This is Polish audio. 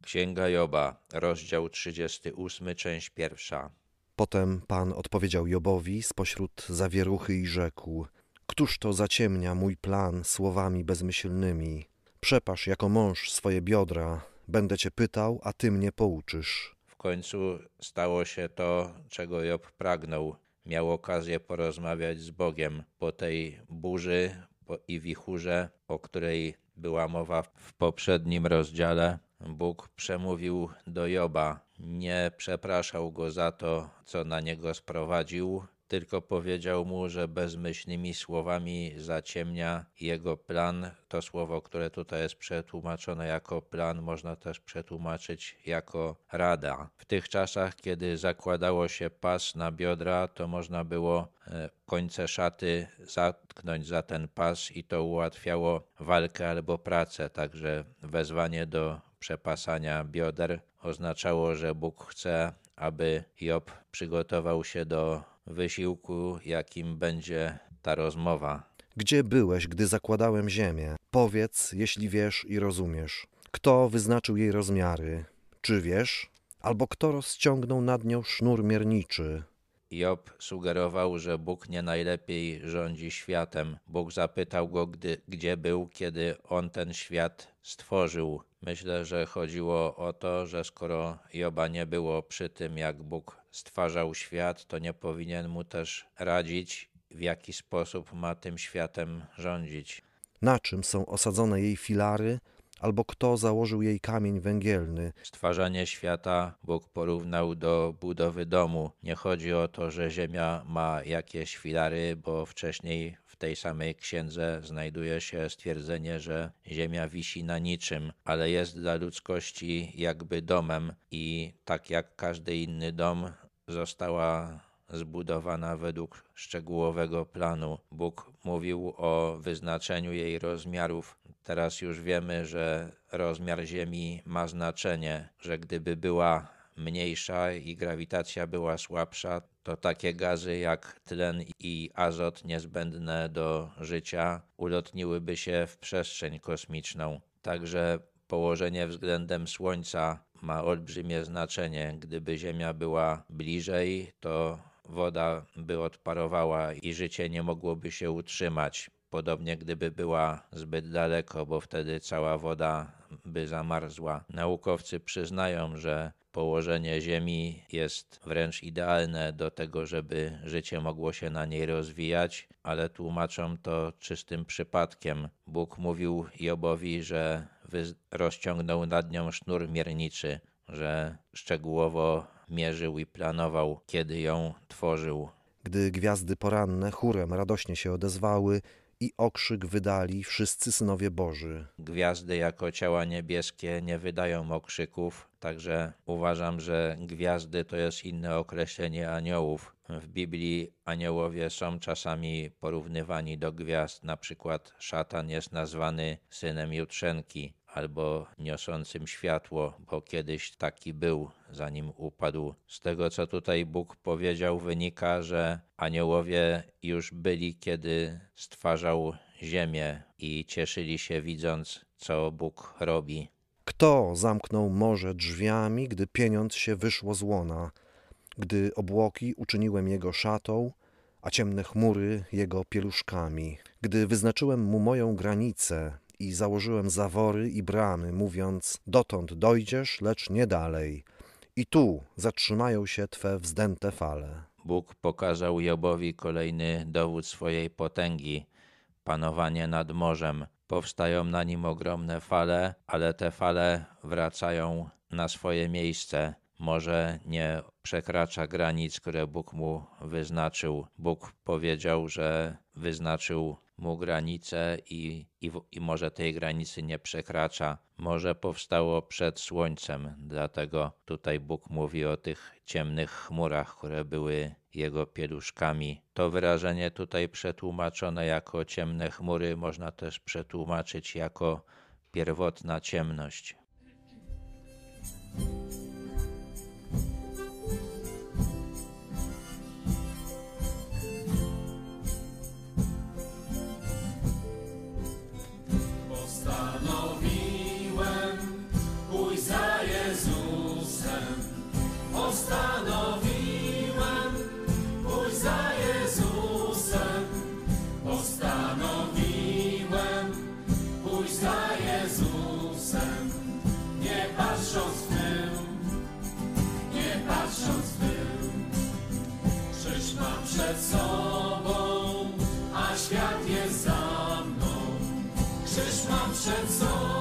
Księga Joba, rozdział 38, część 1. Potem Pan odpowiedział Jobowi spośród zawieruchy i rzekł: Któż to zaciemnia mój plan słowami bezmyślnymi? Przepasz jako mąż swoje biodra, będę cię pytał, a ty mnie pouczysz. W końcu stało się to, czego Job pragnął. Miał okazję porozmawiać z Bogiem po tej burzy i wichurze, o której była mowa w poprzednim rozdziale. Bóg przemówił do Joba. Nie przepraszał go za to, co na niego sprowadził, tylko powiedział mu, że bezmyślnymi słowami zaciemnia jego plan. To słowo, które tutaj jest przetłumaczone jako plan, można też przetłumaczyć jako rada. W tych czasach, kiedy zakładało się pas na biodra, to można było końce szaty zatknąć za ten pas i to ułatwiało walkę albo pracę. Także wezwanie do przepasania bioder oznaczało, że Bóg chce, aby Job przygotował się do wysiłku, jakim będzie ta rozmowa. Gdzie byłeś, gdy zakładałem ziemię? Powiedz, jeśli wiesz i rozumiesz. Kto wyznaczył jej rozmiary? Czy wiesz? Albo kto rozciągnął nad nią sznur mierniczy? Job sugerował, że Bóg nie najlepiej rządzi światem. Bóg zapytał go, gdzie był, kiedy on ten świat stworzył. Myślę, że chodziło o to, że skoro Joba nie było przy tym, jak Bóg stwarzał świat, to nie powinien mu też radzić, w jaki sposób ma tym światem rządzić. Na czym są osadzone jej filary? Albo kto założył jej kamień węgielny? Stwarzanie świata Bóg porównał do budowy domu. Nie chodzi o to, że ziemia ma jakieś filary, bo wcześniej w tej samej księdze znajduje się stwierdzenie, że ziemia wisi na niczym, ale jest dla ludzkości jakby domem i tak jak każdy inny dom została zbudowana według szczegółowego planu. Bóg mówił o wyznaczeniu jej rozmiarów. Teraz już wiemy, że rozmiar Ziemi ma znaczenie, że gdyby była mniejsza i grawitacja była słabsza, to takie gazy jak tlen i azot niezbędne do życia ulotniłyby się w przestrzeń kosmiczną. Także położenie względem Słońca ma olbrzymie znaczenie. Gdyby Ziemia była bliżej, to woda by odparowała i życie nie mogłoby się utrzymać. Podobnie gdyby była zbyt daleko, bo wtedy cała woda by zamarzła. Naukowcy przyznają, że położenie Ziemi jest wręcz idealne do tego, żeby życie mogło się na niej rozwijać, ale tłumaczą to czystym przypadkiem. Bóg mówił Jobowi, że rozciągnął nad nią sznur mierniczy, że szczegółowo mierzył i planował, kiedy ją tworzył. Gdy gwiazdy poranne chórem radośnie się odezwały i okrzyk wydali wszyscy synowie Boży. Gwiazdy jako ciała niebieskie nie wydają okrzyków, także uważam, że gwiazdy to jest inne określenie aniołów. W Biblii aniołowie są czasami porównywani do gwiazd, na przykład szatan jest nazwany synem jutrzenki albo niosącym światło, bo kiedyś taki był, zanim upadł. Z tego, co tutaj Bóg powiedział, wynika, że aniołowie już byli, kiedy stwarzał ziemię i cieszyli się widząc, co Bóg robi. Kto zamknął morze drzwiami, gdy pieniądz się wyszło z łona? Gdy obłoki uczyniłem jego szatą, a ciemne chmury jego pieluszkami. Gdy wyznaczyłem mu moją granicę i założyłem zawory i bramy, mówiąc: dotąd dojdziesz, lecz nie dalej. I tu zatrzymają się twe wzdęte fale. Bóg pokazał Jobowi kolejny dowód swojej potęgi, panowanie nad morzem. Powstają na nim ogromne fale, ale te fale wracają na swoje miejsce. Morze nie przekracza granic, które Bóg mu wyznaczył. Bóg powiedział, że wyznaczył mu granicę i morze tej granicy nie przekracza. Morze powstało przed słońcem, dlatego tutaj Bóg mówi o tych ciemnych chmurach, które były jego pieluszkami. To wyrażenie tutaj przetłumaczone jako ciemne chmury można też przetłumaczyć jako pierwotna ciemność. Postanowiłem pójść za Jezusem, nie patrząc w tył, nie patrząc w tył. Krzyż mam przed sobą, a świat jest za mną. Krzyż mam przed sobą.